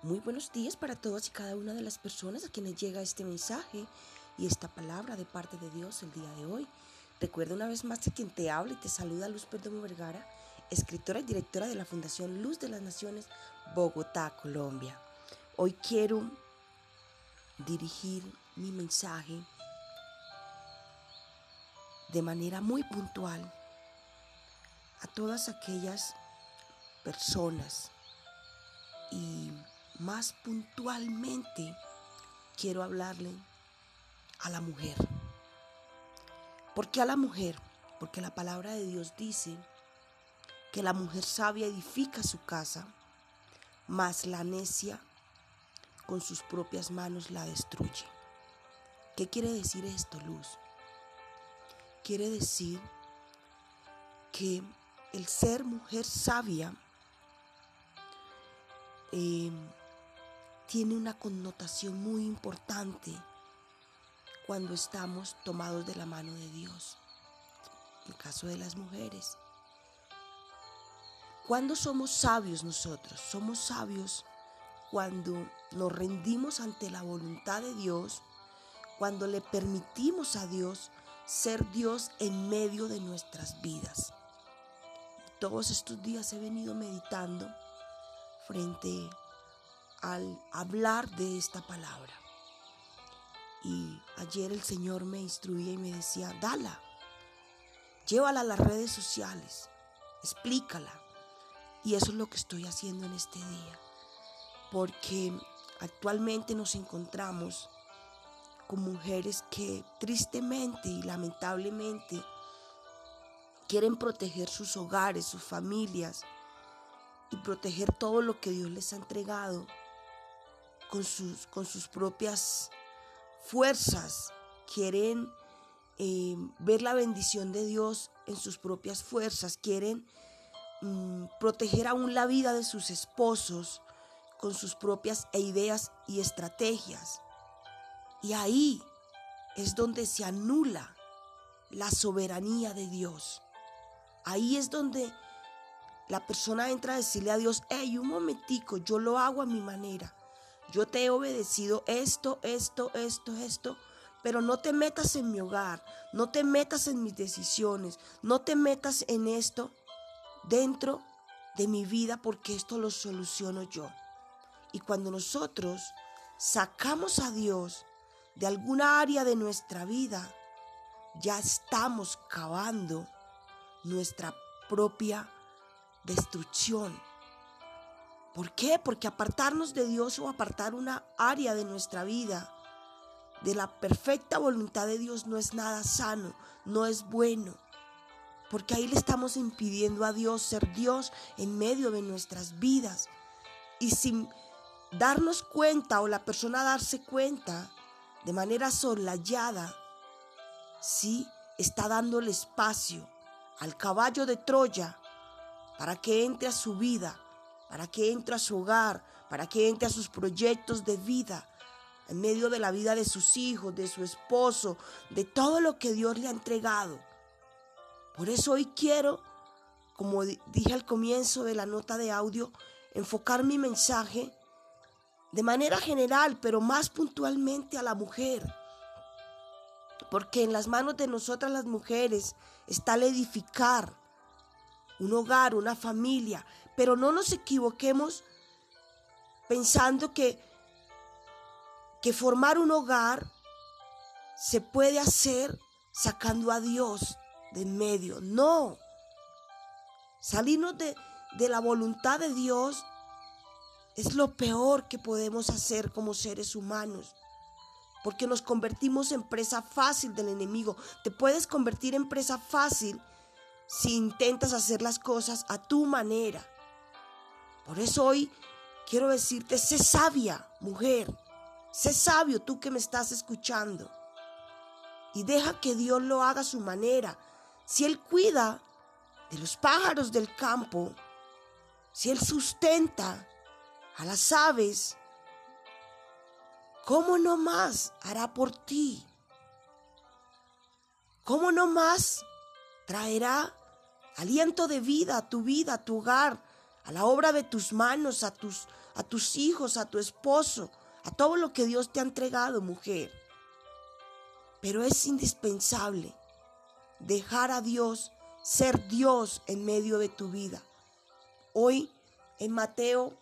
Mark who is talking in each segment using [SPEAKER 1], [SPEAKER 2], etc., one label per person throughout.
[SPEAKER 1] Muy buenos días para todas y cada una de las personas a quienes llega este mensaje y esta palabra de parte de Dios el día de hoy. Recuerda una vez más que quien te habla y te saluda Luz Perdomo Vergara, escritora y directora de la Fundación Luz de las Naciones, Bogotá, Colombia. Hoy quiero dirigir mi mensaje de manera muy puntual a todas aquellas personas y más puntualmente quiero hablarle a la mujer. ¿Por qué a la mujer? Porque la palabra de Dios dice que la mujer sabia edifica su casa, mas la necia con sus propias manos la destruye. ¿Qué quiere decir esto, Luz? Quiere decir que el ser mujer sabia tiene una connotación muy importante cuando estamos tomados de la mano de Dios. En el caso de las mujeres, ¿cuándo somos sabios nosotros? Somos sabios cuando nos rendimos ante la voluntad de Dios, cuando le permitimos a Dios ser Dios en medio de nuestras vidas. Todos estos días he venido meditando frente al hablar de esta palabra. Y ayer el Señor me instruía y me decía, dala, llévala a las redes sociales, explícala. Y eso es lo que estoy haciendo en este día, porque actualmente nos encontramos con mujeres que tristemente y lamentablemente quieren proteger sus hogares, sus familias y proteger todo lo que Dios les ha entregado con sus propias fuerzas. Quieren ver la bendición de Dios en sus propias fuerzas. Quieren proteger aún la vida de sus esposos con sus propias ideas y estrategias. Y ahí es donde se anula la soberanía de Dios. Ahí es donde la persona entra a decirle a Dios, hey, un momentico, yo lo hago a mi manera. Yo te he obedecido esto, pero no te metas en mi hogar, no te metas en mis decisiones, no te metas en esto dentro de mi vida porque esto lo soluciono yo. Y cuando nosotros sacamos a Dios de alguna área de nuestra vida, ya estamos cavando nuestra propia destrucción. ¿Por qué? Porque apartarnos de Dios o apartar una área de nuestra vida de la perfecta voluntad de Dios no es nada sano, no es bueno. Porque ahí le estamos impidiendo a Dios ser Dios en medio de nuestras vidas. Y sin darnos cuenta o la persona darse cuenta de manera soslayada, sí, está dándole espacio al caballo de Troya para que entre a su vida, para que entre a su hogar, para que entre a sus proyectos de vida, en medio de la vida de sus hijos, de su esposo, de todo lo que Dios le ha entregado. Por eso hoy quiero, como dije al comienzo de la nota de audio, enfocar mi mensaje de manera general, pero más puntualmente a la mujer. Porque en las manos de nosotras las mujeres está el edificar un hogar, una familia. Pero no nos equivoquemos pensando que formar un hogar se puede hacer sacando a Dios de en medio. No. Salirnos de la voluntad de Dios es lo peor que podemos hacer como seres humanos. Porque nos convertimos en presa fácil del enemigo. Te puedes convertir en presa fácil si intentas hacer las cosas a tu manera. Por eso hoy quiero decirte, sé sabia, mujer. Sé sabio tú que me estás escuchando. Y deja que Dios lo haga a su manera. Si Él cuida de los pájaros del campo, si Él sustenta a las aves, ¿cómo no más hará por ti? ¿Cómo no más traerá aliento de vida, a tu hogar, a la obra de tus manos, a tus hijos, a tu esposo, a todo lo que Dios te ha entregado, mujer. Pero es indispensable dejar a Dios ser Dios en medio de tu vida. Hoy en Mateo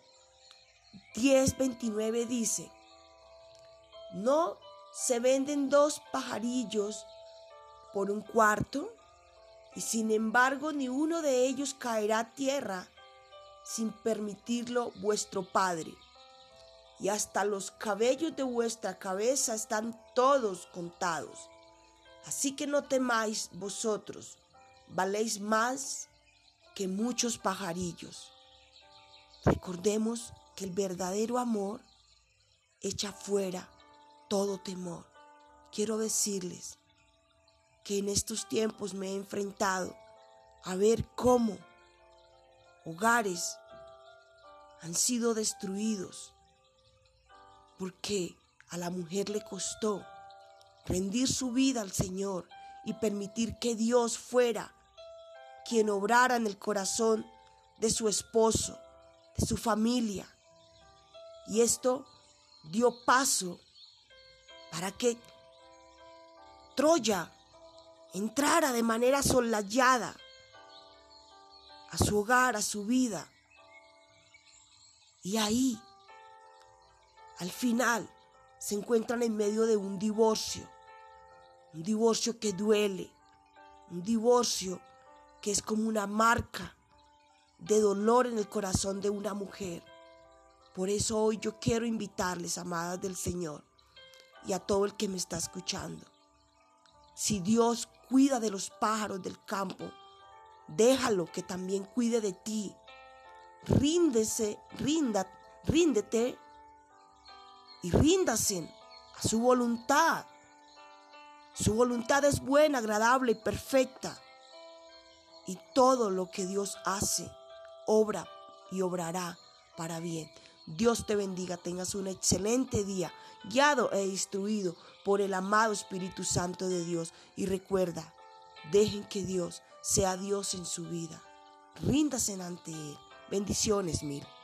[SPEAKER 1] 10:29 dice: ¿no se venden 2 pajarillos por un cuarto? Y sin embargo ni uno de ellos caerá a tierra sin permitirlo vuestro Padre. Y hasta los cabellos de vuestra cabeza están todos contados. Así que no temáis, vosotros valéis más que muchos pajarillos. Recordemos que el verdadero amor echa fuera todo temor. Quiero decirles que en estos tiempos me he enfrentado a ver cómo hogares han sido destruidos porque a la mujer le costó rendir su vida al Señor y permitir que Dios fuera quien obrara en el corazón de su esposo, de su familia. Y esto dio paso para que Troya entrara de manera soslayada a su hogar, a su vida. Y ahí, al final, se encuentran en medio de un divorcio que duele, un divorcio que es como una marca de dolor en el corazón de una mujer. Por eso hoy yo quiero invitarles, amadas del Señor, y a todo el que me está escuchando. Si Dios cuida de los pájaros del campo, déjalo que también cuide de ti. Ríndete y ríndase a su voluntad. Su voluntad es buena, agradable y perfecta. Y todo lo que Dios hace, obra y obrará para bien. Dios te bendiga, tengas un excelente día, guiado e instruido por el amado Espíritu Santo de Dios. Y recuerda, dejen que Dios sea Dios en su vida. Ríndanse ante Él. Bendiciones, mil.